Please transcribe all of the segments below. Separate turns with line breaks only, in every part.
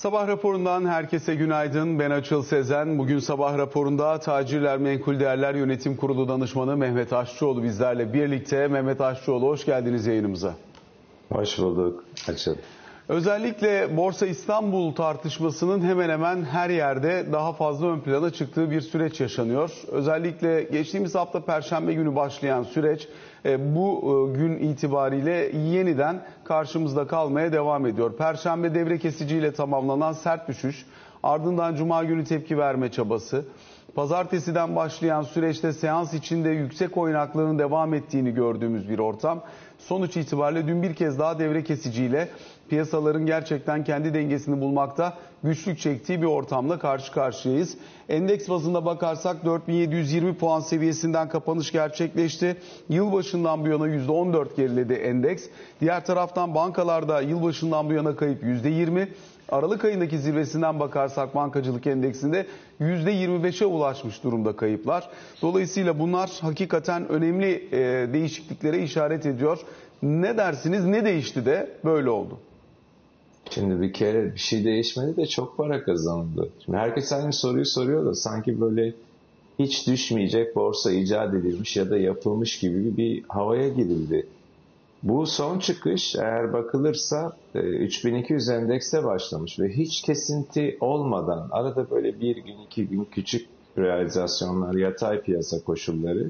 Sabah raporundan herkese günaydın. Ben Açıl Sezen. Bugün sabah raporunda Tacirler Menkul Değerler Yönetim Kurulu Danışmanı Mehmet Aşçıoğlu bizlerle birlikte. Mehmet Aşçıoğlu, hoş geldiniz yayınımıza.
Hoş bulduk Açıl.
Özellikle Borsa İstanbul tartışmasının hemen hemen her yerde daha fazla ön plana çıktığı bir süreç yaşanıyor. Özellikle geçtiğimiz hafta Perşembe günü başlayan süreç bu gün itibariyle yeniden karşımızda kalmaya devam ediyor. Perşembe devre kesiciyle tamamlanan sert düşüş, ardından Cuma günü tepki verme çabası, Pazartesiden başlayan süreçte seans içinde yüksek oynaklığının devam ettiğini gördüğümüz bir ortam. Sonuç itibariyle dün bir kez daha devre kesiciyle piyasaların gerçekten kendi dengesini bulmakta güçlük çektiği bir ortamla karşı karşıyayız. Endeks bazında bakarsak 4720 puan seviyesinden kapanış gerçekleşti. Yılbaşından bu yana %14 geriledi endeks. Diğer taraftan bankalarda yılbaşından bu yana kayıp %20. Aralık ayındaki zirvesinden bakarsak bankacılık endeksinde %25'e ulaşmış durumda kayıplar. Dolayısıyla bunlar hakikaten önemli değişikliklere işaret ediyor. Ne dersiniz, ne değişti de böyle oldu?
Şimdi bir kere bir şey değişmedi de çok para kazanıldı. Şimdi herkes aynı soruyu soruyor da sanki böyle hiç düşmeyecek borsa icat edilmiş ya da yapılmış gibi bir havaya girildi. Bu son çıkış eğer bakılırsa 3200 endekste başlamış ve hiç kesinti olmadan arada böyle bir gün iki gün küçük realizasyonlar, yatay piyasa koşulları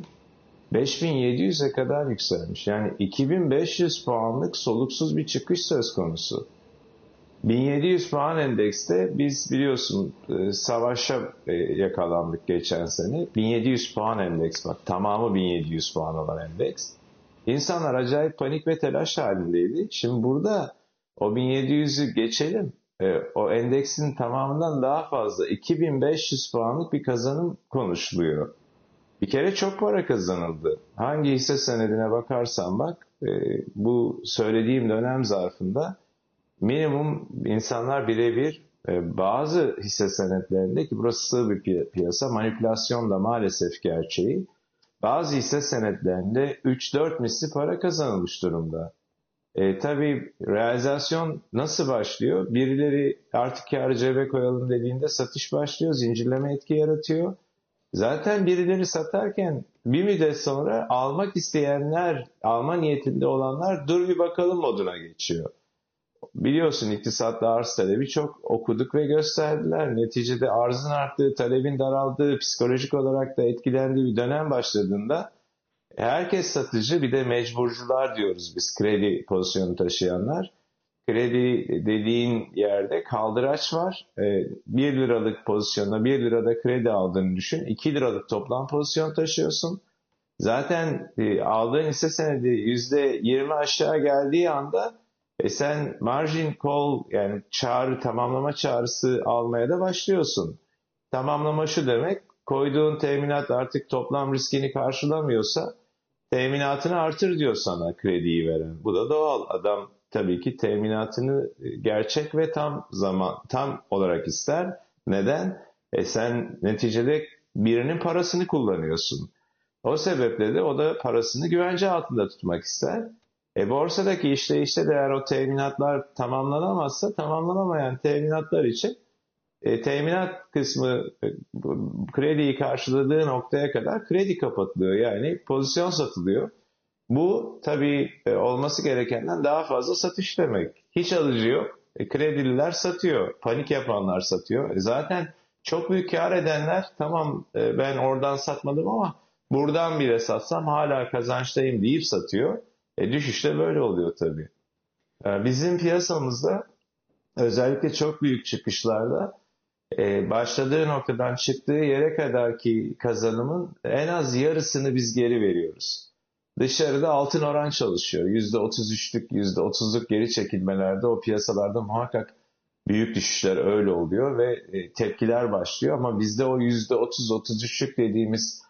5700'e kadar yükselmiş. Yani 2500 puanlık soluksuz bir çıkış söz konusu. 1700 puan endekste biz biliyorsun savaşa yakalandık geçen sene. 1700 puan endeks, bak tamamı 1700 puan olan endeks. İnsanlar acayip panik ve telaş halindeydi. Şimdi burada o 1700'ü geçelim. O endeksin tamamından daha fazla 2500 puanlık bir kazanım konuşuluyor. Bir kere çok para kazanıldı. Hangi hisse senedine bakarsan bak bu söylediğim dönem zarfında minimum insanlar birebir bazı hisse senetlerinde, ki burası sığ bir piyasa, manipülasyon da maalesef gerçeği, bazı hisse senetlerinde 3-4 misli para kazanılmış durumda. Tabii realizasyon nasıl başlıyor? Birileri artık kârı cebe koyalım dediğinde satış başlıyor, zincirleme etki yaratıyor. Zaten birileri satarken bir müddet sonra almak isteyenler, alma niyetinde olanlar dur bir bakalım moduna geçiyor. Biliyorsun iktisatta arz talebi çok okuduk ve gösterdiler. Neticede arzın arttığı, talebin daraldığı, psikolojik olarak da etkilendiği bir dönem başladığında herkes satıcı, bir de mecburcular diyoruz biz, kredi pozisyonu taşıyanlar. Kredi dediğin yerde kaldıraç var. 1 liralık pozisyonda 1 lirada kredi aldığını düşün. 2 liralık toplam pozisyon taşıyorsun. Zaten aldığın hisse senedi %20 aşağı geldiği anda sen margin call, yani tamamlama çağrısı almaya da başlıyorsun. Tamamlama şu demek, koyduğun teminat artık toplam riskini karşılamıyorsa teminatını artır diyor sana krediyi veren. Bu da doğal. Adam tabii ki teminatını gerçek ve tam olarak ister. Neden? Sen neticede birinin parasını kullanıyorsun. O sebeple de o da parasını güvence altında tutmak ister. Borsadaki işleyişte de eğer o teminatlar tamamlanamazsa, tamamlanamayan teminatlar için teminat kısmı krediyi karşıladığı noktaya kadar kredi kapatılıyor. Yani pozisyon satılıyor. Bu tabii olması gerekenden daha fazla satış demek. Hiç alıcı yok. Kredililer satıyor. Panik yapanlar satıyor. Zaten çok büyük kar edenler tamam ben oradan satmadım ama buradan bile satsam hala kazançtayım deyip satıyor. Düşüşte böyle oluyor tabii. Bizim piyasamızda özellikle çok büyük çıkışlarda başladığı noktadan çıktığı yere kadarki kazanımın en az yarısını biz geri veriyoruz. Dışarıda altın oran çalışıyor. %33'lük, %30'luk geri çekilmelerde o piyasalarda muhakkak büyük düşüşler öyle oluyor ve tepkiler başlıyor. Ama bizde o %30-33'lük dediğimiz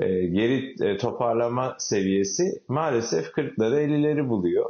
geri toparlama seviyesi maalesef 40'ları 50'leri buluyor.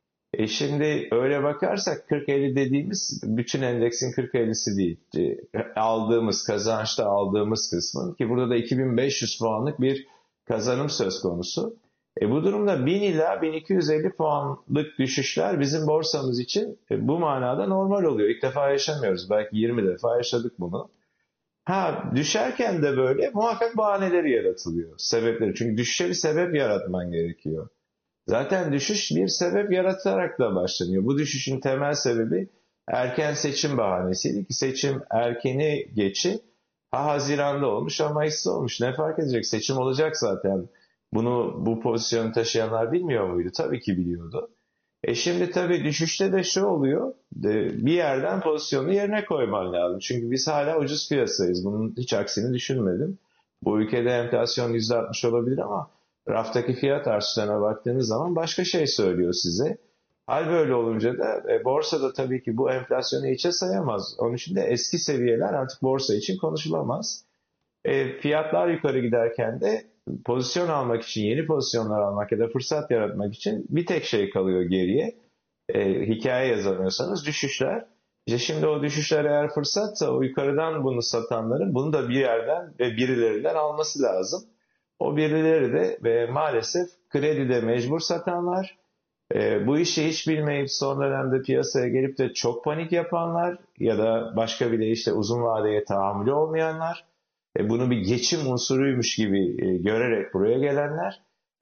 Şimdi öyle bakarsak 40-50 dediğimiz bütün endeksin 40-50'si değil. Aldığımız, kazançta aldığımız kısmın, ki burada da 2500 puanlık bir kazanım söz konusu. Bu durumda 1000 ila 1250 puanlık düşüşler bizim borsamız için bu manada normal oluyor. İlk defa yaşamıyoruz. Belki 20 defa yaşadık bunu. Ha, düşerken de böyle muhakkak bahaneleri yaratılıyor. Sebepleri. Çünkü düşüşe bir sebep yaratman gerekiyor. Zaten düşüş bir sebep yaratarak da başlanıyor. Bu düşüşün temel sebebi erken seçim bahanesiydi ki seçim erkeni geçi Haziran'da olmuş ama Mayıs'ta olmuş. Ne fark edecek? Seçim olacak zaten. Bu pozisyonu taşıyanlar bilmiyor muydu? Tabii ki biliyordu. Şimdi tabii düşüşte de şu oluyor. Bir yerden pozisyonu yerine koyman lazım. Çünkü biz hala ucuz piyasayız. Bunun hiç aksini düşünmedim. Bu ülkede enflasyon %60 olabilir ama raftaki fiyat artışlarına baktığınız zaman başka şey söylüyor size. Hal böyle olunca da borsada tabii ki bu enflasyonu hiçe sayamaz. Onun için de eski seviyeler artık borsa için konuşulamaz. Fiyatlar yukarı giderken de pozisyon almak için, yeni pozisyonlar almak ya da fırsat yaratmak için bir tek şey kalıyor geriye. Hikaye yazamıyorsanız düşüşler. İşte şimdi o düşüşler eğer fırsatsa o yukarıdan bunu satanların bunu da bir yerden ve birilerinden alması lazım. O birileri de maalesef kredide mecbur satanlar, bu işi hiç bilmeyip son dönemde piyasaya gelip de çok panik yapanlar ya da başka bir deyişle uzun vadeye tahammülü olmayanlar, bunu bir geçim unsuruymuş gibi görerek buraya gelenler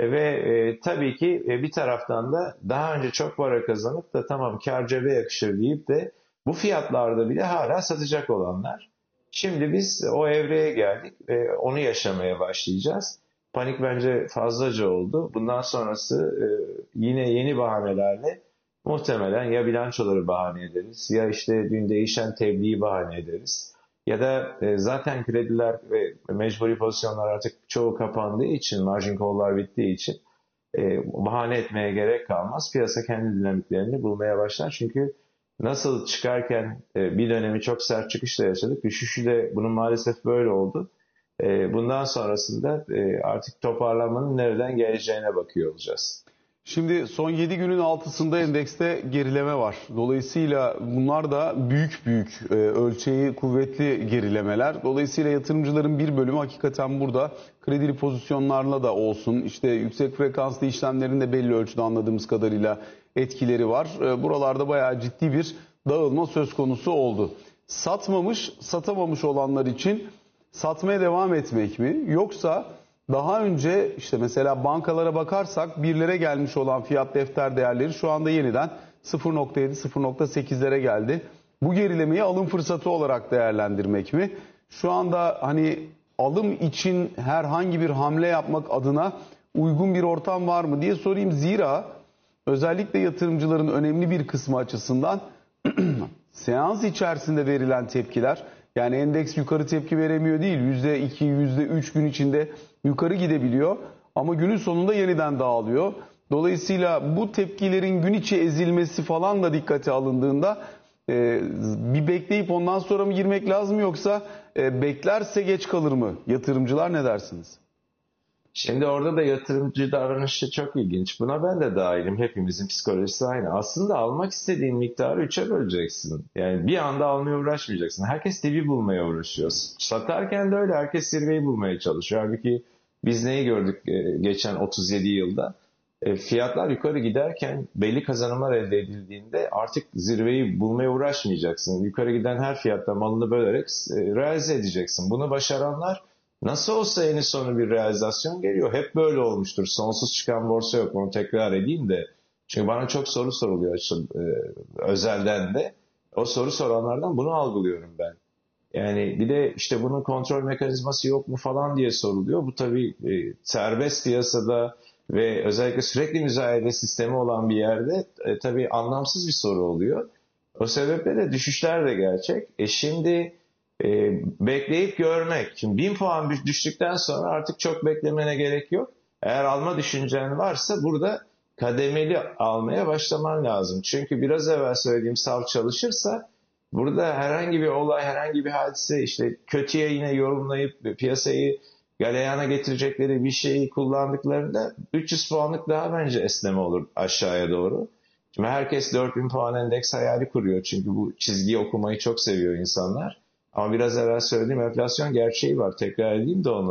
ve tabii ki bir taraftan da daha önce çok para kazanıp da tamam kar cebe yakışır deyip de bu fiyatlarda bile hala satacak olanlar. Şimdi biz o evreye geldik ve onu yaşamaya başlayacağız. Panik bence fazlaca oldu. Bundan sonrası yine yeni bahanelerle muhtemelen ya bilançoları bahane ederiz ya işte dün değişen tebliği bahane ederiz. Ya da zaten krediler ve mecburi pozisyonlar artık çoğu kapandığı için, margin call'lar bittiği için bahane etmeye gerek kalmaz. Piyasa kendi dinamiklerini bulmaya başlar. Çünkü nasıl çıkarken bir dönemi çok sert çıkışla yaşadık. Düşüşü de bunun maalesef böyle oldu. Bundan sonrasında artık toparlanmanın nereden geleceğine bakıyor olacağız.
Şimdi son 7 günün altısında endekste gerileme var. Dolayısıyla bunlar da büyük ölçeği kuvvetli gerilemeler. Dolayısıyla yatırımcıların bir bölümü hakikaten burada kredili pozisyonlarla da olsun, işte yüksek frekanslı işlemlerin de belli ölçüde anladığımız kadarıyla etkileri var. Buralarda bayağı ciddi bir dağılma söz konusu oldu. Satamamış olanlar için satmaya devam etmek mi? Yoksa daha önce işte mesela bankalara bakarsak birlere gelmiş olan fiyat defter değerleri şu anda yeniden 0.7, 0.8'lere geldi. Bu gerilemeyi alım fırsatı olarak değerlendirmek mi? Şu anda hani alım için herhangi bir hamle yapmak adına uygun bir ortam var mı diye sorayım. Zira özellikle yatırımcıların önemli bir kısmı açısından seans içerisinde verilen tepkiler, yani endeks yukarı tepki veremiyor değil, %2, %3 gün içinde yukarı gidebiliyor ama günün sonunda yeniden dağılıyor. Dolayısıyla bu tepkilerin gün içi ezilmesi falan da dikkate alındığında bir bekleyip ondan sonra mı girmek lazım, yoksa beklerse geç kalır mı? Yatırımcılar ne dersiniz?
Şimdi orada da yatırımcı davranışı çok ilginç. Buna ben de dahilim. Hepimizin psikolojisi aynı. Aslında almak istediğin miktarı üçe böleceksin. Yani bir anda almaya uğraşmayacaksın. Herkes dibi bulmaya uğraşıyor. Satarken de öyle. Herkes zirveyi bulmaya çalışıyor. Halbuki biz neyi gördük geçen 37 yılda? Fiyatlar yukarı giderken belli kazanımlar elde edildiğinde artık zirveyi bulmaya uğraşmayacaksın. Yukarı giden her fiyatta malını bölerek realize edeceksin. Bunu başaranlar nasıl olsa en sonu bir realizasyon geliyor. Hep böyle olmuştur. Sonsuz çıkan borsa yok. Onu tekrar edeyim de. Çünkü bana çok soru soruluyor özelden de. O soru soranlardan bunu algılıyorum ben. Yani bir de işte bunun kontrol mekanizması yok mu falan diye soruluyor. Bu tabii serbest piyasada ve özellikle sürekli müzayede sistemi olan bir yerde tabii anlamsız bir soru oluyor. O sebeple de düşüşler de gerçek. Şimdi bekleyip görmek. Şimdi 1000 puan düştükten sonra artık çok beklemene gerek yok. Eğer alma düşüncen varsa burada kademeli almaya başlaman lazım. Çünkü biraz evvel söylediğim sav çalışırsa burada herhangi bir olay, herhangi bir hadise işte kötüye yine yorumlayıp piyasayı galeyana getirecekleri bir şeyi kullandıklarında 300 puanlık daha bence esneme olur aşağıya doğru. Şimdi herkes 4000 puan endeks hayali kuruyor. Çünkü bu çizgiyi okumayı çok seviyor insanlar. Ama biraz evvel söylediğim enflasyon gerçeği var. Tekrar edeyim de onu.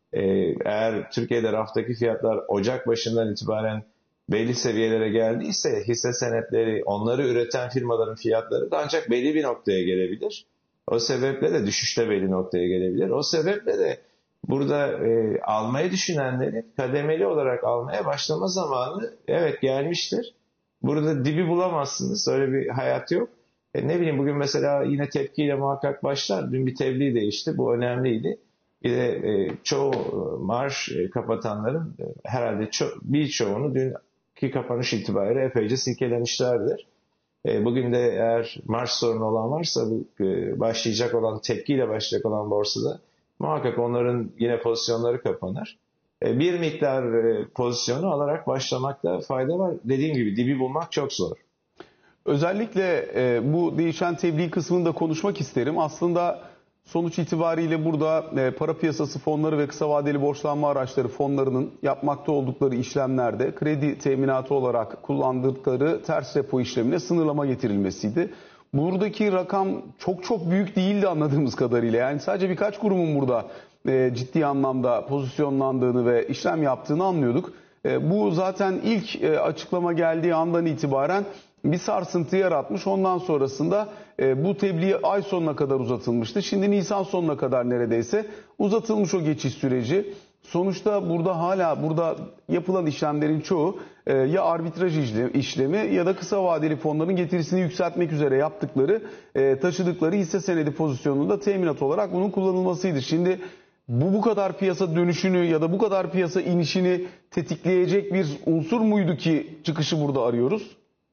Eğer Türkiye'de raftaki fiyatlar Ocak başından itibaren belli seviyelere geldiyse hisse senetleri, onları üreten firmaların fiyatları da ancak belli bir noktaya gelebilir. O sebeple de düşüşte belli noktaya gelebilir. O sebeple de burada almayı düşünenlerin kademeli olarak almaya başlama zamanı evet gelmiştir. Burada dibi bulamazsınız. Öyle bir hayat yok. Ne bileyim bugün mesela yine tepkiyle muhakkak başlar. Dün bir tebliğ değişti. Bu önemliydi. Bir de çoğu marj kapatanların herhalde birçoğunu dünkü kapanış itibariyle epeyce silkelemişlerdir. Bugün de eğer marj sorunu olan varsa bu başlayacak olan tepkiyle başlayacak olan borsada muhakkak onların yine pozisyonları kapanır. Bir miktar pozisyonu alarak başlamakta fayda var. Dediğim gibi dibi bulmak çok zor.
Özellikle bu değişen tebliğ kısmını da konuşmak isterim. Aslında sonuç itibariyle burada para piyasası fonları ve kısa vadeli borçlanma araçları fonlarının yapmakta oldukları işlemlerde kredi teminatı olarak kullandıkları ters repo işlemine sınırlama getirilmesiydi. Buradaki rakam çok çok büyük değildi anladığımız kadarıyla. Yani sadece birkaç kurumun burada ciddi anlamda pozisyonlandığını ve işlem yaptığını anlıyorduk. Bu zaten ilk açıklama geldiği andan itibaren bir sarsıntı yaratmış. Ondan sonrasında bu tebliğ ay sonuna kadar uzatılmıştı. Şimdi Nisan sonuna kadar neredeyse uzatılmış o geçiş süreci. Sonuçta burada yapılan işlemlerin çoğu ya arbitraj işlemi ya da kısa vadeli fonların getirisini yükseltmek üzere yaptıkları, taşıdıkları hisse senedi pozisyonunda teminat olarak bunun kullanılmasıydı. Şimdi bu kadar piyasa dönüşünü ya da bu kadar piyasa inişini tetikleyecek bir unsur muydu ki çıkışı burada arıyoruz?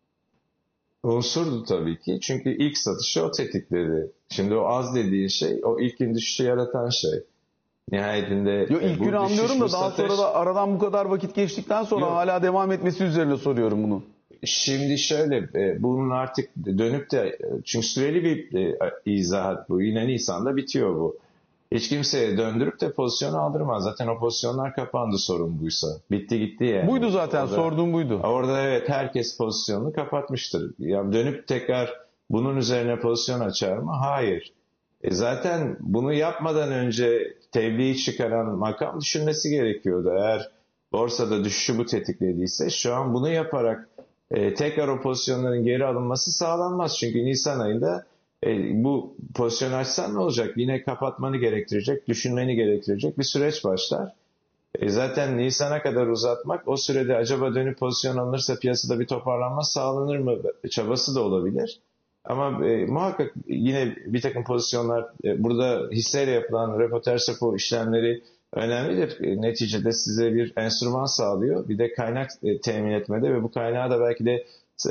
Unsurdu tabii ki. Çünkü ilk satışı o tetikledi. Şimdi o az dediğin şey, o ilk gün düşüşü yaratan şey. Nihayetinde
Yo, ilk günü anlıyorum da daha sonra da aradan bu kadar vakit geçtikten sonra hala devam etmesi üzerine soruyorum bunu.
Şimdi şöyle, bunun artık dönüp de, çünkü süreli bir izahat bu. Yine Nisan'da bitiyor bu. Hiç kimseye döndürüp de pozisyon aldırmaz. Zaten o pozisyonlar kapandı sorun buysa. Bitti gitti yani.
Buydu zaten sorduğum buydu.
Orada evet herkes pozisyonunu kapatmıştır. Yani dönüp tekrar bunun üzerine pozisyon açar mı? Hayır. Zaten bunu yapmadan önce tebliği çıkaran makam düşünmesi gerekiyordu. Eğer borsada düşüşü bu tetiklediyse şu an bunu yaparak tekrar o pozisyonların geri alınması sağlanmaz. Çünkü Nisan ayında bu pozisyon açsan ne olacak? Yine kapatmanı gerektirecek, düşünmeni gerektirecek bir süreç başlar. Zaten Nisan'a kadar uzatmak, o sürede acaba dönüp pozisyon alınırsa piyasada bir toparlanma sağlanır mı çabası da olabilir. Ama muhakkak yine bir takım pozisyonlar, burada hisseyle yapılan repo ters repo işlemleri önemlidir. Neticede size bir enstrüman sağlıyor. Bir de kaynak temin etmede ve bu kaynağı da belki de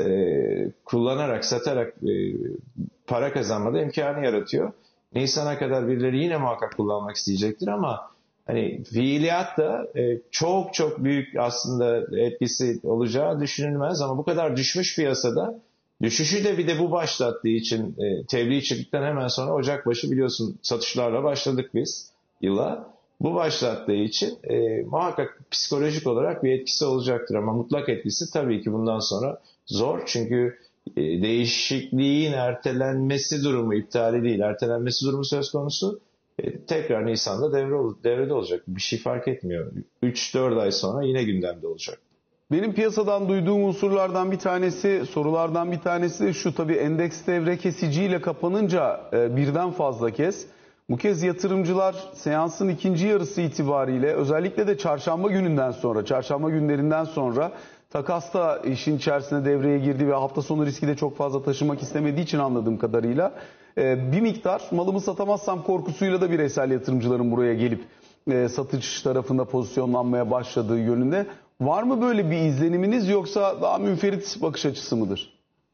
kullanarak, satarak para kazanmada imkanı yaratıyor. Nisan'a kadar birileri yine muhakkak kullanmak isteyecektir ama hani fiiliyat da çok çok büyük aslında etkisi olacağı düşünülmez ama bu kadar düşmüş piyasada düşüşü de bir de bu başlattığı için tebliğ çıktıktan hemen sonra Ocak başı biliyorsun satışlarla başladık biz yıla. Bu başlattığı için muhakkak psikolojik olarak bir etkisi olacaktır ama mutlak etkisi tabii ki bundan sonra zor. Çünkü değişikliğin ertelenmesi durumu, iptali değil, ertelenmesi durumu söz konusu. Tekrar Nisan'da devrede olacak. Bir şey fark etmiyor. 3-4 ay sonra yine gündemde olacak.
Benim piyasadan duyduğum unsurlardan bir tanesi, sorulardan bir tanesi de şu: tabii endeks devre kesiciyle kapanınca birden fazla kez. Bu kez yatırımcılar seansın ikinci yarısı itibariyle özellikle de çarşamba günlerinden sonra takas da işin içerisine devreye girdi ve hafta sonu riski de çok fazla taşımak istemediği için anladığım kadarıyla bir miktar malımı satamazsam korkusuyla da bireysel yatırımcıların buraya gelip satış tarafında pozisyonlanmaya başladığı yönünde. Var mı böyle bir izleniminiz yoksa daha münferit bakış açısı mıdır?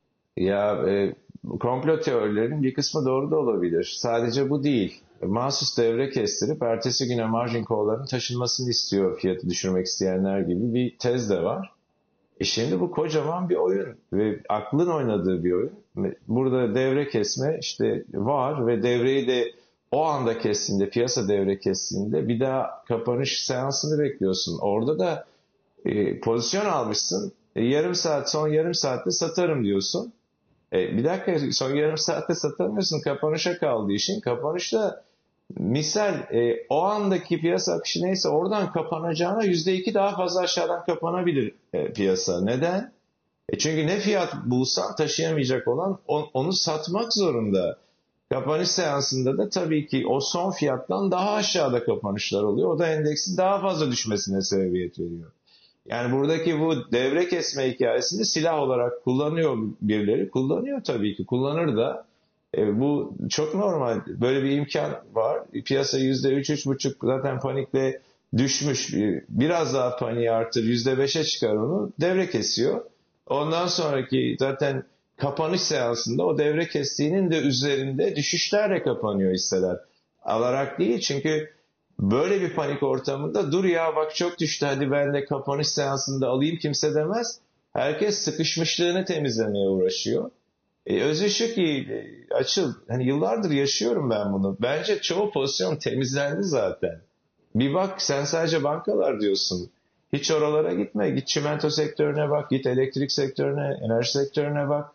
Ya komplo teorilerinin bir kısmı doğru da olabilir. Sadece bu değil. Mahsus devre kestirip ertesi güne margin call'ların taşınmasını istiyor fiyatı düşürmek isteyenler gibi bir tez de var. Şimdi bu kocaman bir oyun ve aklın oynadığı bir oyun. Burada devre kesme işte var ve devreyi de o anda kestiğinde, piyasa devre kestiğinde bir daha kapanış seansını bekliyorsun. Orada da pozisyon almışsın. Son yarım saatte satarım diyorsun. Bir dakika son yarım saatte satamıyorsun. Kapanışa kaldı işin. Kapanışta misal o andaki piyasa akışı neyse oradan kapanacağına %2 daha fazla aşağıdan kapanabilir piyasa. Neden? Çünkü ne fiyat bulsan taşıyamayacak olan onu satmak zorunda. Kapanış seansında da tabii ki o son fiyattan daha aşağıda kapanışlar oluyor. O da endeksin daha fazla düşmesine sebebiyet veriyor. Yani buradaki bu devre kesme hikayesini silah olarak kullanıyor birileri. Kullanıyor tabii ki. Kullanır da. Bu çok normal. Böyle bir imkan var. Piyasa %3-3,5 zaten panikle düşmüş. Biraz daha paniği artır. %5'e çıkar onu. Devre kesiyor. Ondan sonraki zaten kapanış seansında o devre kestiğinin de üzerinde düşüşlerle kapanıyor hisseler. Alarak değil, çünkü böyle bir panik ortamında dur ya bak çok düştü hadi ben de kapanış seansında alayım kimse demez. Herkes sıkışmışlığını temizlemeye uğraşıyor. Özü şu ki Açıl, hani yıllardır yaşıyorum ben bunu. Bence çoğu pozisyon temizlendi zaten. Bir bak, sen sadece bankalar diyorsun. Hiç oralara gitme. Git çimento sektörüne bak, git elektrik sektörüne, enerji sektörüne bak.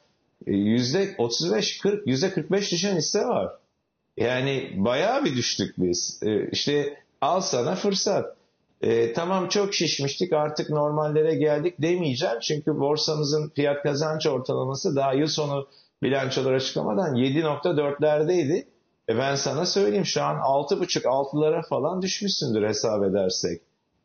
%35-40, %45 düşen hisse var. Yani bayağı bir düştük biz. İşte al sana fırsat. Tamam çok şişmiştik artık normallere geldik demeyeceğim. Çünkü borsamızın fiyat kazanç ortalaması daha yıl sonu bilançolar açıklamadan 7,4'lerdeydi. Ben sana söyleyeyim şu an 6,5-6'lara falan düşmüşsündür hesap edersek.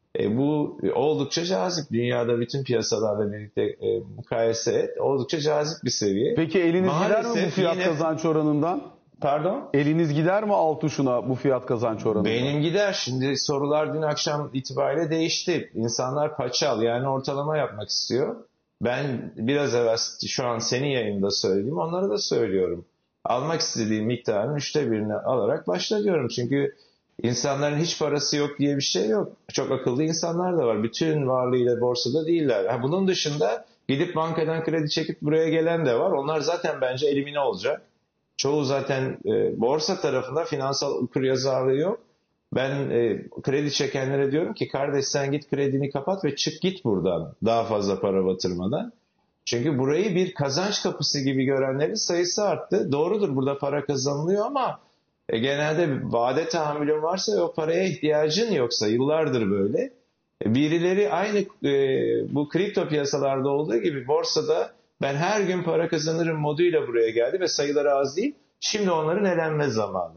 Bu oldukça cazip. Dünyada bütün piyasalarla birlikte mukayese et. Oldukça cazip bir seviye.
Peki eliniz gider mi bu
Maalesef
fiyat
yine...
kazanç oranından?
Pardon?
Eliniz gider mi alt tuşuna bu fiyat kazanç oranından?
Benim gider. Şimdi sorular dün akşam itibariyle değişti. İnsanlar paçal, yani ortalama yapmak istiyor. Ben biraz evvel şu an senin yayında söylediğim onları da söylüyorum. Almak istediğim miktarın 1/3'ünü alarak başla diyorum. Çünkü insanların hiç parası yok diye bir şey yok. Çok akıllı insanlar da var. Bütün varlığıyla borsada değiller. Bunun dışında gidip bankadan kredi çekip buraya gelen de var. Onlar zaten bence elimine olacak. Çoğu zaten borsa tarafında finansal okuryazarlığı yok. Ben kredi çekenlere diyorum ki kardeş sen git kredini kapat ve çık git buradan daha fazla para batırmadan. Çünkü burayı bir kazanç kapısı gibi görenlerin sayısı arttı. Doğrudur, burada para kazanılıyor ama genelde vade tahammülün varsa ve o paraya ihtiyacın yoksa, yıllardır böyle. Birileri aynı bu kripto piyasalarda olduğu gibi borsada ben her gün para kazanırım moduyla buraya geldi ve sayıları az değil. Şimdi onların elenme zamanı.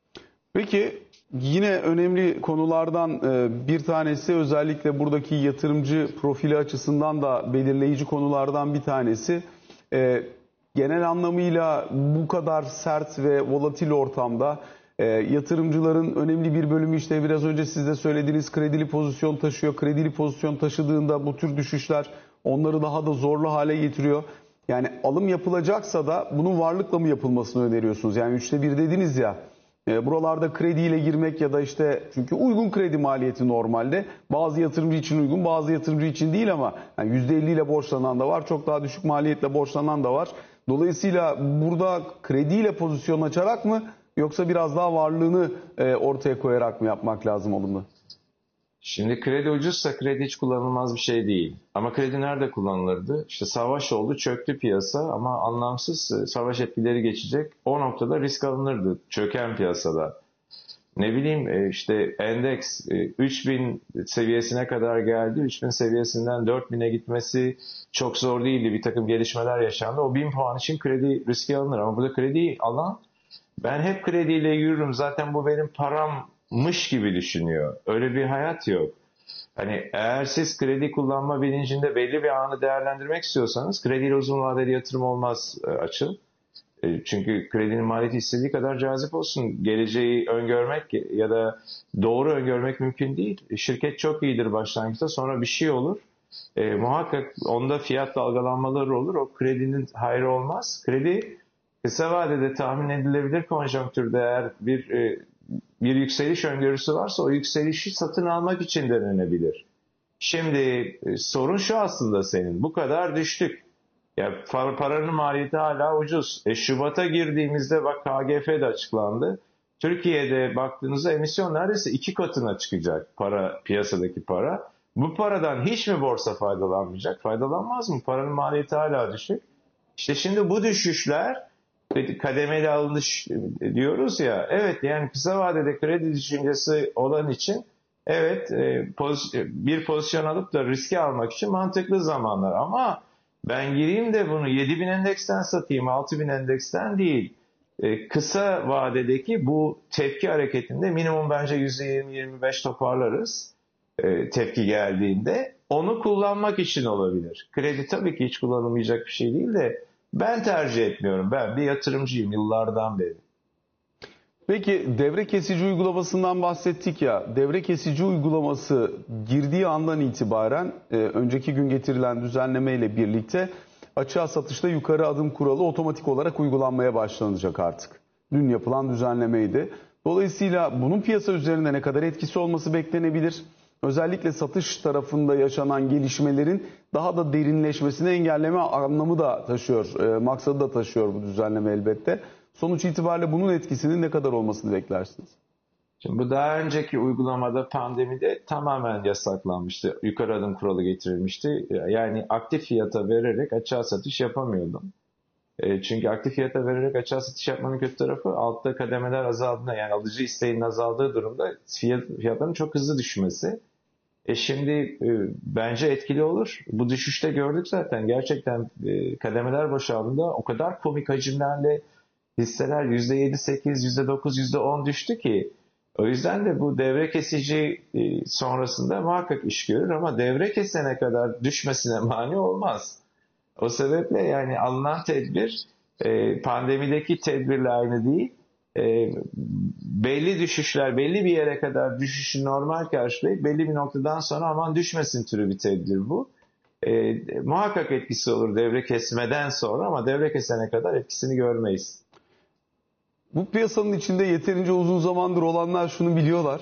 Peki yine önemli konulardan bir tanesi, özellikle buradaki yatırımcı profili açısından da belirleyici konulardan bir tanesi. Genel anlamıyla bu kadar sert ve volatil ortamda yatırımcıların önemli bir bölümü, işte biraz önce siz de söylediğiniz, kredili pozisyon taşıyor. Kredili pozisyon taşıdığında bu tür düşüşler onları daha da zorlu hale getiriyor. Yani alım yapılacaksa da bunun varlıkla mı yapılmasını öneriyorsunuz? Yani 1/3 dediniz ya, buralarda krediyle girmek ya da işte, çünkü uygun kredi maliyeti normalde. Bazı yatırımcı için uygun, bazı yatırımcı için değil ama yani %50 ile borçlanan da var, çok daha düşük maliyetle borçlanan da var. Dolayısıyla burada krediyle pozisyon açarak mı, yoksa biraz daha varlığını ortaya koyarak mı yapmak lazım alımı?
Şimdi kredi ucuzsa kredi hiç kullanılmaz bir şey değil. Ama kredi nerede kullanılırdı? İşte savaş oldu, çöktü piyasa ama anlamsız, savaş etkileri geçecek. O noktada risk alınırdı çöken piyasada. Ne bileyim işte endeks 3000 seviyesine kadar geldi. 3000 seviyesinden 4000'e gitmesi çok zor değildi. Bir takım gelişmeler yaşandı. O 1000 puan için kredi riski alınır. Ama burada krediyi alan, ben hep krediyle yürürüm zaten bu benim parammış gibi düşünüyor. Öyle bir hayat yok. Hani eğer siz kredi kullanma bilincinde belli bir anı değerlendirmek istiyorsanız krediyle uzun vadeli yatırım olmaz Açıl. Çünkü kredinin maliyeti istediği kadar cazip olsun. Geleceği öngörmek ya da doğru öngörmek mümkün değil. Şirket çok iyidir başlangıçta, sonra bir şey olur. Muhakkak onda fiyat dalgalanmaları olur. O kredinin hayrı olmaz. Kredi kısa vadede tahmin edilebilir konjonktürde eğer bir yükseliş öngörüsü varsa o yükselişi satın almak için denenebilir. Şimdi sorun şu aslında senin. Bu kadar düştük. Ya paranın maliyeti hala ucuz. Şubat'a girdiğimizde bak KGF de açıklandı. Türkiye'de baktığınızda emisyon neredeyse 2 katına çıkacak piyasadaki para. Bu paradan hiç mi borsa faydalanmayacak? Faydalanmaz mı? Paranın maliyeti hala düşük. İşte şimdi bu düşüşler kademeli alınış diyoruz ya. Evet, yani kısa vadede kredi düşüncesi olan için evet, bir pozisyon alıp da riski almak için mantıklı zamanlar. Ama ben gireyim de bunu 7.000 endeksten satayım, 6.000 endeksten değil. Kısa vadedeki bu tepki hareketinde minimum bence %20-25 toparlarız tepki geldiğinde. Onu kullanmak için olabilir. Kredi tabii ki hiç kullanılmayacak bir şey değil de ben tercih etmiyorum. Ben bir yatırımcıyım yıllardan beri.
Peki devre kesici uygulamasından bahsettik ya. Devre kesici uygulaması girdiği andan itibaren önceki gün getirilen düzenleme ile birlikte açığa satışta yukarı adım kuralı otomatik olarak uygulanmaya başlanacak artık. Dün yapılan düzenlemeydi. Dolayısıyla bunun piyasa üzerinde ne kadar etkisi olması beklenebilir? Özellikle satış tarafında yaşanan gelişmelerin daha da derinleşmesini engelleme anlamı da taşıyor, maksadı da taşıyor bu düzenleme elbette. Sonuç itibariyle bunun etkisinin ne kadar olmasını beklersiniz?
Şimdi bu daha önceki uygulamada pandemide tamamen yasaklanmıştı. Yukarı adım kuralı getirilmişti. Yani aktif fiyata vererek açığa satış yapamıyordum. Çünkü aktif fiyata vererek açığa satış yapmanın kötü tarafı altta kademeler azaldığında, yani alıcı isteğinin azaldığı durumda fiyatların çok hızlı düşmesi. Şimdi bence etkili olur. Bu düşüşte gördük zaten. Gerçekten kademeler boşaldığında o kadar komik hacimlerle hisseler %7, %8, %9, %10 düştü ki. O yüzden de bu devre kesici sonrasında muhakkak iş görür ama devre kesene kadar düşmesine mani olmaz. O sebeple yani alınan tedbir pandemideki tedbirle aynı değil. Belli düşüşler, belli bir yere kadar düşüşü normal karşılayıp belli bir noktadan sonra aman düşmesin türü bir tedbir bu. Muhakkak etkisi olur devre kesmeden sonra ama devre kesene kadar etkisini görmeyiz.
Bu piyasanın içinde yeterince uzun zamandır olanlar şunu biliyorlar.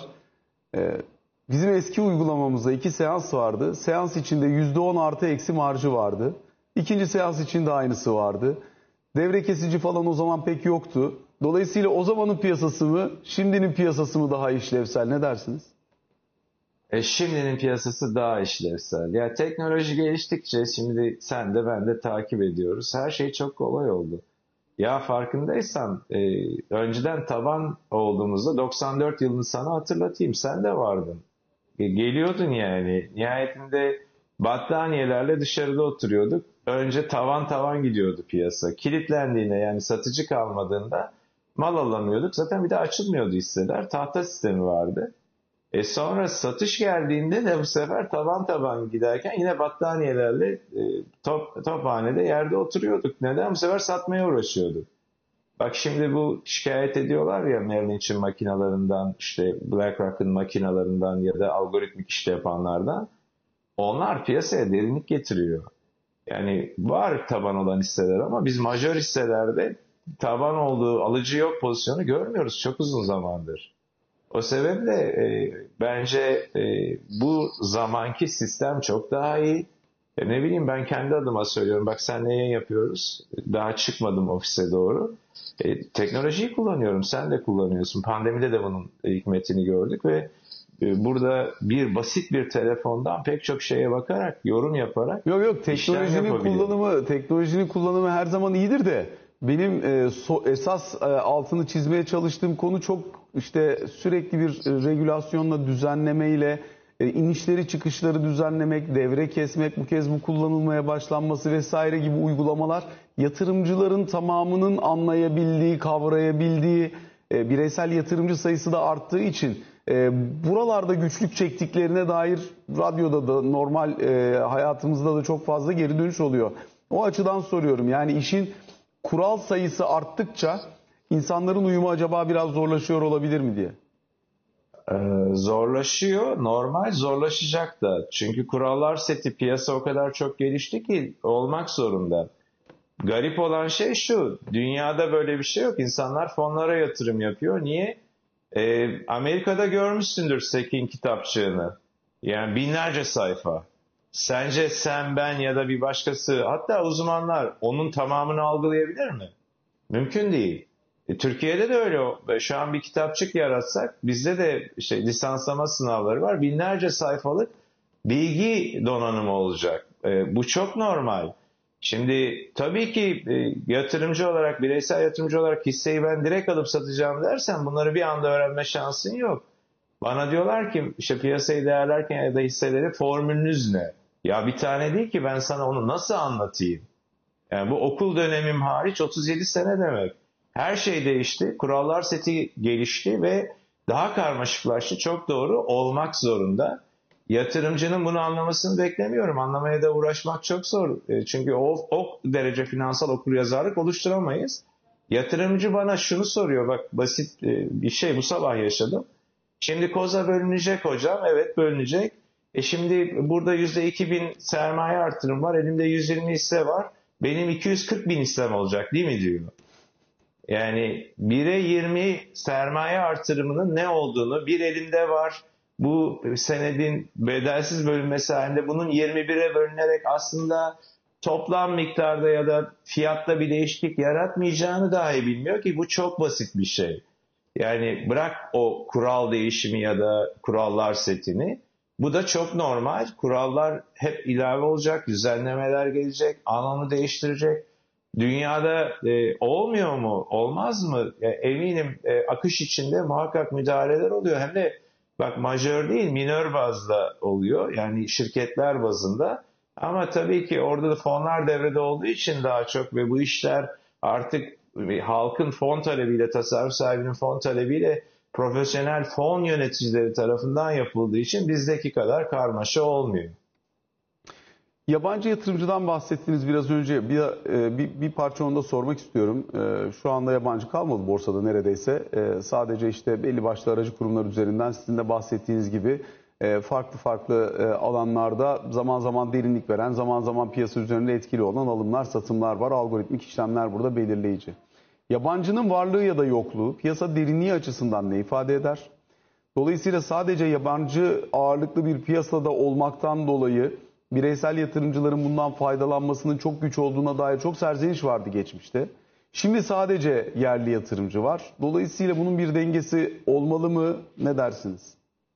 Bizim eski uygulamamızda 2 seans vardı. Seans içinde %10 artı eksi marjı vardı. İkinci seans için de aynısı vardı. Devre kesici falan o zaman pek yoktu. Dolayısıyla o zamanın piyasası mı, şimdinin piyasası mı daha işlevsel? Ne dersiniz?
Şimdinin piyasası daha işlevsel. Ya teknoloji geliştikçe şimdi sen de ben de takip ediyoruz. Her şey çok kolay oldu. Ya farkındaysan önceden taban olduğumuzda 94 yılını sana hatırlatayım. Sen de vardın. Geliyordun yani. Nihayetinde battaniyelerle dışarıda oturuyorduk. Önce tavan tavan gidiyordu piyasa. Kilitlendiğinde, yani satıcı kalmadığında mal alamıyorduk. Zaten bir de açılmıyordu hisseler. Tahta sistemi vardı. Sonra satış geldiğinde de bu sefer taban taban giderken yine battaniyelerle tophanede yerde oturuyorduk. Neden? Bu sefer satmaya uğraşıyorduk. Bak şimdi bu şikayet ediyorlar ya Merrill Lynch'in makinalarından, işte BlackRock'ın makinalarından ya da algoritmik işte yapanlardan. Onlar piyasaya derinlik getiriyor. Yani var taban olan hisseler ama biz majör hisselerde taban olduğu, alıcı yok pozisyonu görmüyoruz çok uzun zamandır. O sebeple bence bu zamanki sistem çok daha iyi. Ne bileyim, ben kendi adıma söylüyorum. Bak seninle yayın yapıyoruz. Daha çıkmadım ofise doğru. Teknolojiyi kullanıyorum. Sen de kullanıyorsun. Pandemide de bunun hikmetini gördük ve burada basit bir telefondan pek çok şeye bakarak, yorum yaparak
Yok teknolojinin kullanımı her zaman iyidir de benim esas altını çizmeye çalıştığım konu çok işte sürekli bir regülasyonla, düzenlemeyle inişleri çıkışları düzenlemek, devre kesmek, bu kez bu kullanılmaya başlanması vesaire gibi uygulamalar yatırımcıların tamamının anlayabildiği, kavrayabildiği, bireysel yatırımcı sayısı da arttığı için buralarda güçlük çektiklerine dair radyoda da normal hayatımızda da çok fazla geri dönüş oluyor. O açıdan soruyorum, yani işin kural sayısı arttıkça insanların uyumu acaba biraz zorlaşıyor olabilir mi diye.
Zorlaşıyor. Normal, zorlaşacak da. Çünkü kurallar seti, piyasa o kadar çok gelişti ki olmak zorunda. Garip olan şey şu. Dünyada böyle bir şey yok. İnsanlar fonlara yatırım yapıyor. Niye? Amerika'da görmüşsündür Sek'in kitapçığını. Yani binlerce sayfa. Sence sen, ben ya da bir başkası, hatta uzmanlar onun tamamını algılayabilir mi? Mümkün değil. Türkiye'de de öyle. Şu an bir kitapçık yaratsak, bizde de işte lisanslama sınavları var. Binlerce sayfalık bilgi donanımı olacak. Bu çok normal. Şimdi tabii ki yatırımcı olarak, bireysel yatırımcı olarak hisseyi ben direkt alıp satacağım dersen bunları bir anda öğrenme şansın yok. Bana diyorlar ki işte piyasayı değerlerken ya da hisseleri formülünüz ne? Ya bir tane değil ki, ben sana onu nasıl anlatayım? Yani bu okul dönemim hariç 37 sene demek. Her şey değişti, kurallar seti gelişti ve daha karmaşıklaştı. Çok doğru, olmak zorunda. Yatırımcının bunu anlamasını beklemiyorum. Anlamaya da uğraşmak çok zor. Çünkü o derece finansal okuryazarlık oluşturamayız. Yatırımcı bana şunu soruyor. Bak, basit bir şey bu sabah yaşadım. Şimdi koza bölünecek hocam. Evet, bölünecek. Şimdi burada %2000 sermaye artırım var. Elimde 120 hisse var. Benim 240 bin hissem olacak değil mi diyor. Yani 1'e 20 sermaye artırımının ne olduğunu bir elimde var. Bu senedin bedelsiz bölünmesi halinde bunun 21'e bölünerek aslında toplam miktarda ya da fiyatta bir değişiklik yaratmayacağını dahi bilmiyor ki bu çok basit bir şey. Yani bırak o kural değişimi ya da kurallar setini. Bu da çok normal. Kurallar hep ilave olacak, düzenlemeler gelecek, anlamı değiştirecek. Dünyada olmuyor mu, olmaz mı? Eminim akış içinde muhakkak müdahaleler oluyor. Hem de bak, majör değil, minör bazda oluyor. Yani şirketler bazında. Ama tabii ki orada da fonlar devrede olduğu için daha çok ve bu işler artık halkın fon talebiyle, tasarruf sahibinin fon talebiyle profesyonel fon yöneticileri tarafından yapıldığı için bizdeki kadar karmaşa olmuyor.
Yabancı yatırımcıdan bahsettiniz biraz önce. Bir parça onu da sormak istiyorum. Şu anda yabancı kalmadı borsada neredeyse. Sadece işte belli başlı aracı kurumlar üzerinden sizin de bahsettiğiniz gibi farklı farklı alanlarda zaman zaman derinlik veren, zaman zaman piyasa üzerinde etkili olan alımlar, satımlar var. Algoritmik işlemler burada belirleyici. Yabancının varlığı ya da yokluğu piyasa derinliği açısından ne ifade eder? Dolayısıyla sadece yabancı ağırlıklı bir piyasada olmaktan dolayı bireysel yatırımcıların bundan faydalanmasının çok güç olduğuna dair çok serzeniş vardı geçmişte. Şimdi sadece yerli yatırımcı var. Dolayısıyla bunun bir dengesi olmalı mı? Ne dersiniz?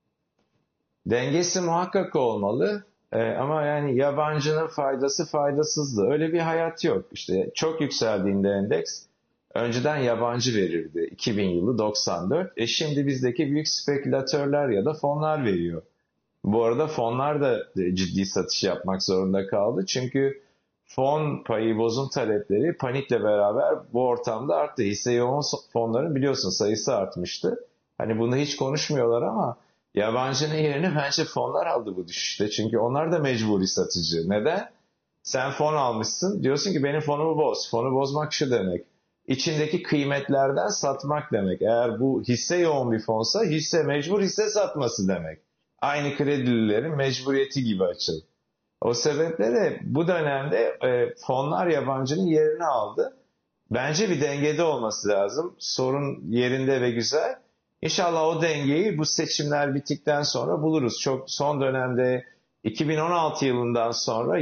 Dengesi muhakkak olmalı. Ama yani yabancının faydası faydasızlığı. Öyle bir hayat yok. İşte çok yükseldiğinde endeks önceden yabancı verirdi. 2000 yılı 94. Şimdi bizdeki büyük spekülatörler ya da fonlar veriyor. Bu arada fonlar da ciddi satış yapmak zorunda kaldı. Çünkü fon payı bozum talepleri panikle beraber bu ortamda arttı. Hisse yoğun fonların biliyorsun sayısı artmıştı. Hani bunu hiç konuşmuyorlar ama yabancının yerini bence fonlar aldı bu düşüşte. Çünkü onlar da mecburi satıcı. Neden? Sen fon almışsın. Diyorsun ki benim fonumu boz. Fonu bozmak şu demek: İçindeki kıymetlerden satmak demek. Eğer bu hisse yoğun bir fonsa hisse mecbur hisse satması demek. Aynı kredililerin mecburiyeti gibi açıl. O sebeple de bu dönemde fonlar yabancının yerini aldı. Bence bir dengede olması lazım. Sorun yerinde ve güzel. İnşallah o dengeyi bu seçimler bittikten sonra buluruz. Çok son dönemde 2016 yılından sonra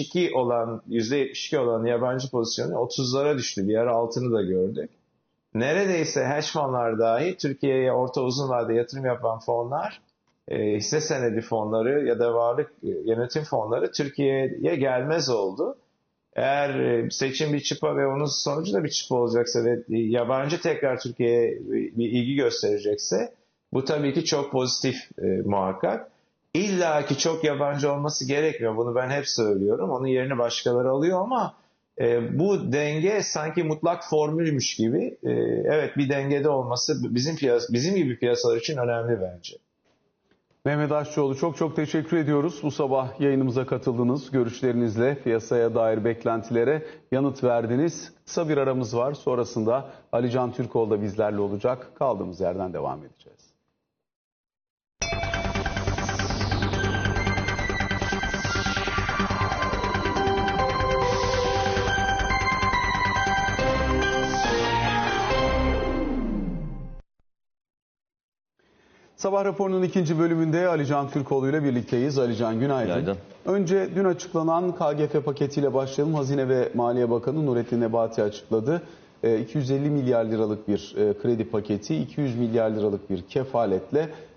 %72 olan yabancı pozisyonu 30'lara düştü. Bir ara altını da gördük. Neredeyse hedge fonlar dahi Türkiye'ye orta uzun vade yatırım yapan fonlar, hisse senedi fonları ya da varlık yönetim fonları Türkiye'ye gelmez oldu. Eğer seçim bir çıpa ve onun sonucu da bir çıpa olacaksa ve yabancı tekrar Türkiye'ye bir ilgi gösterecekse bu tabii ki çok pozitif muhakkak. İlla ki çok yabancı olması gerekmiyor. Bunu ben hep söylüyorum. Onun yerini başkaları alıyor ama bu denge sanki mutlak formülmüş gibi. Evet, bir dengede olması bizim gibi piyasalar için önemli bence.
Mehmet Aşçıoğlu, çok çok teşekkür ediyoruz. Bu sabah yayınımıza katıldınız. Görüşlerinizle piyasaya dair beklentilere yanıt verdiniz. Kısa bir aramız var. Sonrasında Ali Can Türkoğlu da bizlerle olacak. Kaldığımız yerden devam edeceğiz. Sabah raporunun ikinci bölümünde Ali Can Türkoğlu ile birlikteyiz. Ali Can, günaydın.
Günaydın.
Önce dün açıklanan KGF paketiyle başlayalım. Hazine ve Maliye Bakanı Nurettin Nebati açıkladı. 250 milyar liralık bir kredi paketi, 200 milyar liralık bir kefaletle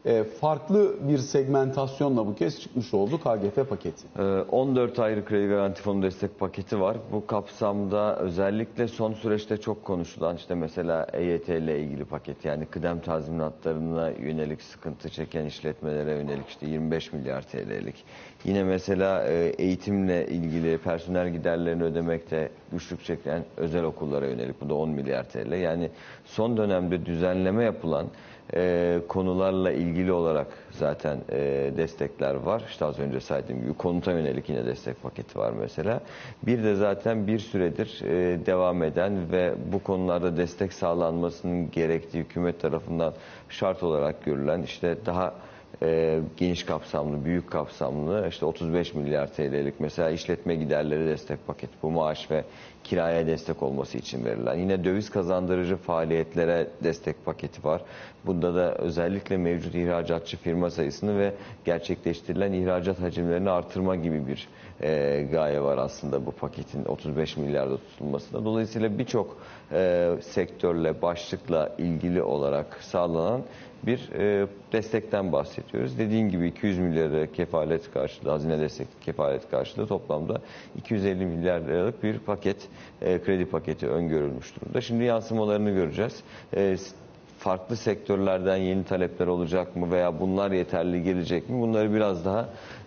farklı bir segmentasyonla bu kez çıkmış oldu KGF paketi.
14 ayrı kredi garanti fonu destek paketi var. Bu kapsamda özellikle son süreçte çok konuşulan işte mesela EYT ile ilgili paket, yani kıdem tazminatlarına yönelik sıkıntı çeken işletmelere yönelik işte 25 milyar TL'lik. Yine mesela eğitimle ilgili personel giderlerini ödemekte güçlük çeken özel okullara yönelik, bu da 10 milyar TL. Yani son dönemde düzenleme yapılan konularla ilgili olarak zaten destekler var. İşte az önce saydığım gibi konuta yönelik yine destek paketi var mesela. Bir de zaten bir süredir devam eden ve bu konularda destek sağlanmasının gerektiği hükümet tarafından şart olarak görülen işte daha geniş kapsamlı, büyük kapsamlı işte 35 milyar TL'lik mesela işletme giderleri destek paketi. Bu maaş ve kiraya destek olması için verilen. Yine döviz kazandırıcı faaliyetlere destek paketi var. Bunda da özellikle mevcut ihracatçı firma sayısını ve gerçekleştirilen ihracat hacimlerini artırma gibi bir gaye var aslında bu paketin 35 milyarda tutulmasında. Dolayısıyla birçok sektörle, başlıkla ilgili olarak sağlanan bir destekten bahsediyoruz. Dediğim gibi 200 milyar kefalet karşılığı, hazine destek kefalet karşılığı toplamda 250 milyar liralık bir paket, kredi paketi öngörülmüş durumda. Şimdi yansımalarını göreceğiz. Farklı sektörlerden yeni talepler olacak mı veya bunlar yeterli gelecek mi? Bunları biraz daha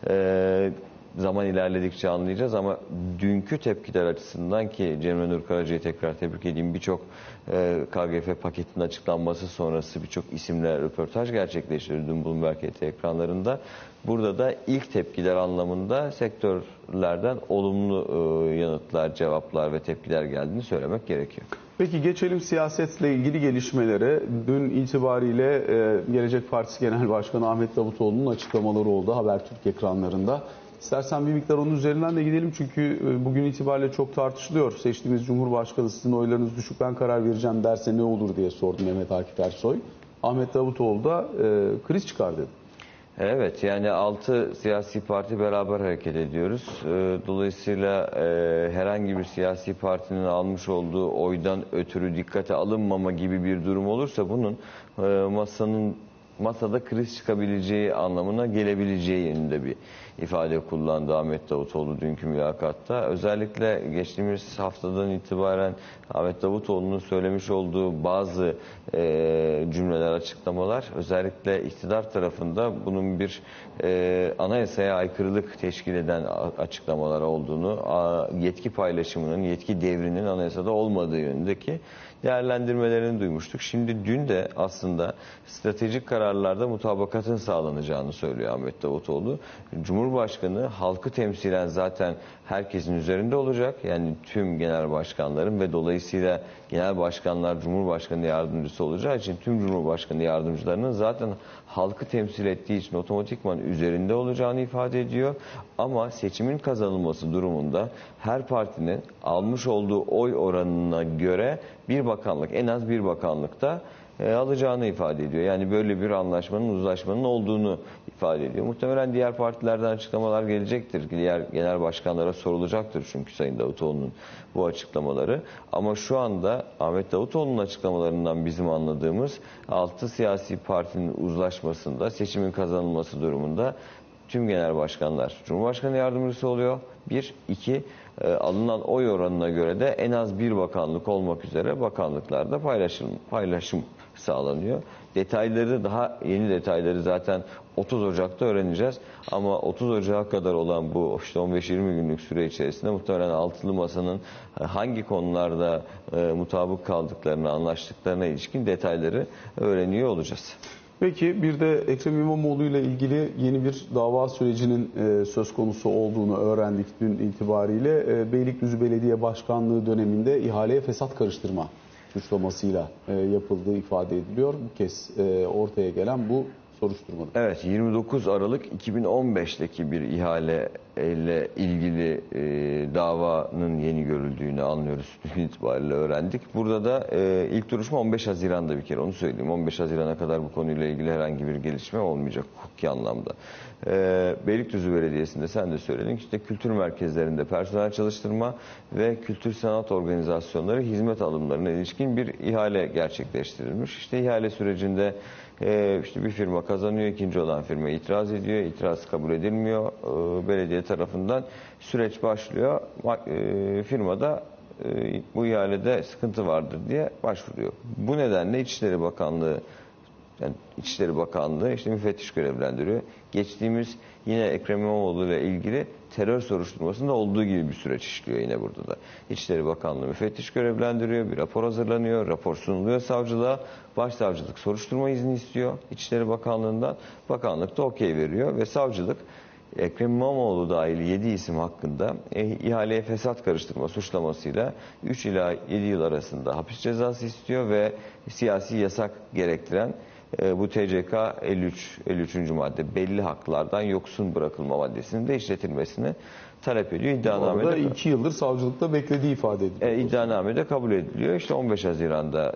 zaman ilerledikçe anlayacağız ama dünkü tepkiler açısından, ki Cemre Nur Karaca'yı tekrar tebrik edeyim, birçok KGF paketinin açıklanması sonrası birçok isimle röportaj gerçekleştirdi dün Bloomberg HT ekranlarında. Burada da ilk tepkiler anlamında sektörlerden olumlu yanıtlar, cevaplar ve tepkiler geldiğini söylemek gerekiyor.
Peki geçelim siyasetle ilgili gelişmelere. Dün itibariyle Gelecek Partisi Genel Başkanı Ahmet Davutoğlu'nun açıklamaları oldu Habertürk ekranlarında. İstersen bir miktar onun üzerinden de gidelim çünkü bugün itibariyle çok tartışılıyor. Seçtiğimiz Cumhurbaşkanı sizin oylarınız düşük, ben karar vereceğim derse ne olur diye sordu Mehmet Akif Ersoy. Ahmet Davutoğlu da kriz çıkar dedi.
Evet, yani 6 siyasi parti beraber hareket ediyoruz. Dolayısıyla herhangi bir siyasi partinin almış olduğu oydan ötürü dikkate alınmama gibi bir durum olursa bunun masada kriz çıkabileceği anlamına gelebileceği yönünde bir ifade kullandı Ahmet Davutoğlu dünkü mülakatta. Özellikle geçtiğimiz haftadan itibaren Ahmet Davutoğlu'nun söylemiş olduğu bazı cümleler, açıklamalar özellikle iktidar tarafında bunun bir anayasaya aykırılık teşkil eden açıklamalar olduğunu, yetki paylaşımının, yetki devrinin anayasada olmadığı yönündeki değerlendirmelerini duymuştuk. Şimdi dün de aslında stratejik kararlarda mutabakatın sağlanacağını söylüyor Ahmet Davutoğlu. Cumhurbaşkanı halkı temsilen zaten herkesin üzerinde olacak. Yani tüm genel başkanların ve dolayısıyla genel başkanlar Cumhurbaşkanı yardımcısı olacağı için tüm Cumhurbaşkanı yardımcılarının zaten halkı temsil ettiği için otomatikman üzerinde olacağını ifade ediyor. Ama seçimin kazanılması durumunda her partinin almış olduğu oy oranına göre bir bakanlık, en az bir bakanlıkta alacağını ifade ediyor. Yani böyle bir anlaşmanın, uzlaşmanın olduğunu ifade ediyor. Muhtemelen diğer partilerden açıklamalar gelecektir. Diğer genel başkanlara sorulacaktır çünkü Sayın Davutoğlu'nun bu açıklamaları. Ama şu anda Ahmet Davutoğlu'nun açıklamalarından bizim anladığımız 6 siyasi partinin uzlaşmasında, seçimin kazanılması durumunda tüm genel başkanlar Cumhurbaşkanı yardımcısı oluyor. 1, 2, alınan oy oranına göre de en az bir bakanlık olmak üzere bakanlıklarda paylaşım sağlanıyor. Detayları, daha yeni detayları zaten 30 Ocak'ta öğreneceğiz. Ama 30 Ocak'a kadar olan bu işte 15-20 günlük süre içerisinde muhtemelen altılı masanın hangi konularda mutabık kaldıklarını, anlaştıklarına ilişkin detayları öğreniyor olacağız.
Peki bir de Ekrem İmamoğlu ile ilgili yeni bir dava sürecinin söz konusu olduğunu öğrendik dün itibariyle. Beylikdüzü Belediye Başkanlığı döneminde ihaleye fesat karıştırma suçlamasıyla yapıldığı ifade ediliyor. Bu kez ortaya gelen bu soruşturmada.
Evet, 29 Aralık 2015'teki bir ihale ile ilgili davanın yeni görüldüğünü anlıyoruz. Dün itibariyle öğrendik. Burada da ilk duruşma 15 Haziran'da, bir kere onu söyleyeyim. 15 Haziran'a kadar bu konuyla ilgili herhangi bir gelişme olmayacak hukuki anlamda. Beylikdüzü Belediyesi'nde sen de söyledin. İşte kültür merkezlerinde personel çalıştırma ve kültür sanat organizasyonları hizmet alımlarına ilişkin bir ihale gerçekleştirilmiş. İşte ihale sürecinde İşte bir firma kazanıyor, ikinci olan firma itiraz ediyor, itiraz kabul edilmiyor. Belediye tarafından süreç başlıyor. Firmada bu ihalede sıkıntı vardır diye başvuruyor. Bu nedenle İçişleri Bakanlığı işte müfettiş görevlendiriyor. Geçtiğimiz yine Ekrem İmamoğlu ile ilgili terör soruşturmasında olduğu gibi bir süreç işliyor yine burada da. İçişleri Bakanlığı müfettiş görevlendiriyor, bir rapor hazırlanıyor, rapor sunuluyor savcılığa. Başsavcılık soruşturma izni istiyor İçişleri Bakanlığı'ndan. Bakanlık da okey veriyor ve savcılık Ekrem İmamoğlu dahil 7 isim hakkında ihaleye fesat karıştırma suçlamasıyla 3 ila 7 yıl arasında hapis cezası istiyor ve siyasi yasak gerektiren bu TCK 53. madde belli haklardan yoksun bırakılma maddesinin de işletilmesini talep ediyor.
Orada 2 yıldır savcılıkta beklediği ifade ediliyor.
İddianamede kabul ediliyor. İşte 15 Haziran'da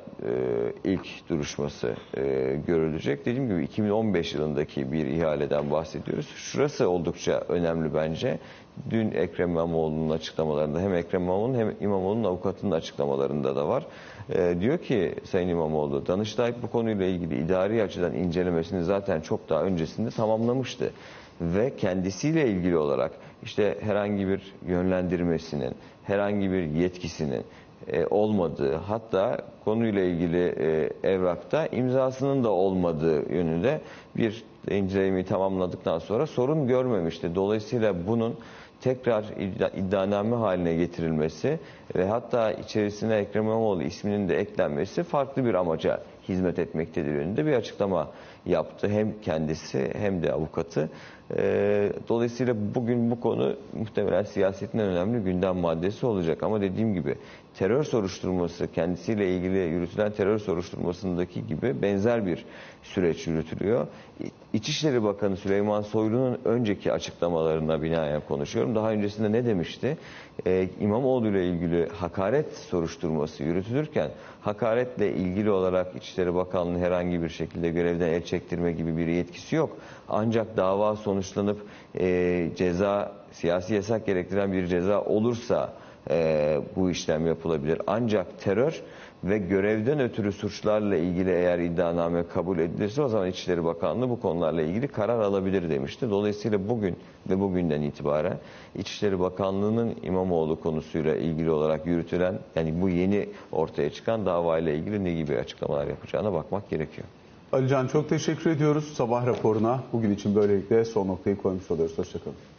ilk duruşması görülecek. Dediğim gibi 2015 yılındaki bir ihaleden bahsediyoruz. Şurası oldukça önemli bence. Dün Ekrem İmamoğlu'nun açıklamalarında hem Ekrem İmamoğlu'nun hem İmamoğlu'nun avukatının açıklamalarında da var. Diyor ki Sayın İmamoğlu, Danıştay bu konuyla ilgili idari açıdan incelemesini zaten çok daha öncesinde tamamlamıştı. Ve kendisiyle ilgili olarak işte herhangi bir yönlendirmesinin, herhangi bir yetkisinin olmadığı, hatta konuyla ilgili evrakta imzasının da olmadığı yönünde bir incelemeyi tamamladıktan sonra sorun görmemişti. Dolayısıyla bunun tekrar iddianame haline getirilmesi ve hatta içerisine Ekrem İmamoğlu isminin de eklenmesi farklı bir amaca hizmet etmektedir yönünde bir açıklama yaptı. Hem kendisi hem de avukatı. Dolayısıyla bugün bu konu muhtemelen siyasetin en önemli gündem maddesi olacak. Ama dediğim gibi terör soruşturması, kendisiyle ilgili yürütülen terör soruşturmasındaki gibi benzer bir süreç yürütülüyor. İçişleri Bakanı Süleyman Soylu'nun önceki açıklamalarına binaen konuşuyorum. Daha öncesinde ne demişti? İmamoğlu ile ilgili hakaret soruşturması yürütülürken hakaretle ilgili olarak İçişleri Bakanlığı'nın herhangi bir şekilde görevden el çektirme gibi bir yetkisi yok. Ancak dava sonuçlanıp siyasi yasak gerektiren bir ceza olursa bu işlem yapılabilir. Ancak terör ve görevden ötürü suçlarla ilgili eğer iddianame kabul edilirse o zaman İçişleri Bakanlığı bu konularla ilgili karar alabilir demişti. Dolayısıyla bugün ve bugünden itibaren İçişleri Bakanlığı'nın İmamoğlu konusuyla ilgili olarak yürütülen, yani bu yeni ortaya çıkan davayla ilgili ne gibi açıklamalar yapacağına bakmak gerekiyor.
Ali Can, çok teşekkür ediyoruz sabah raporuna. Bugün için böylelikle son noktayı koymuş oluyoruz. Hoşçakalın.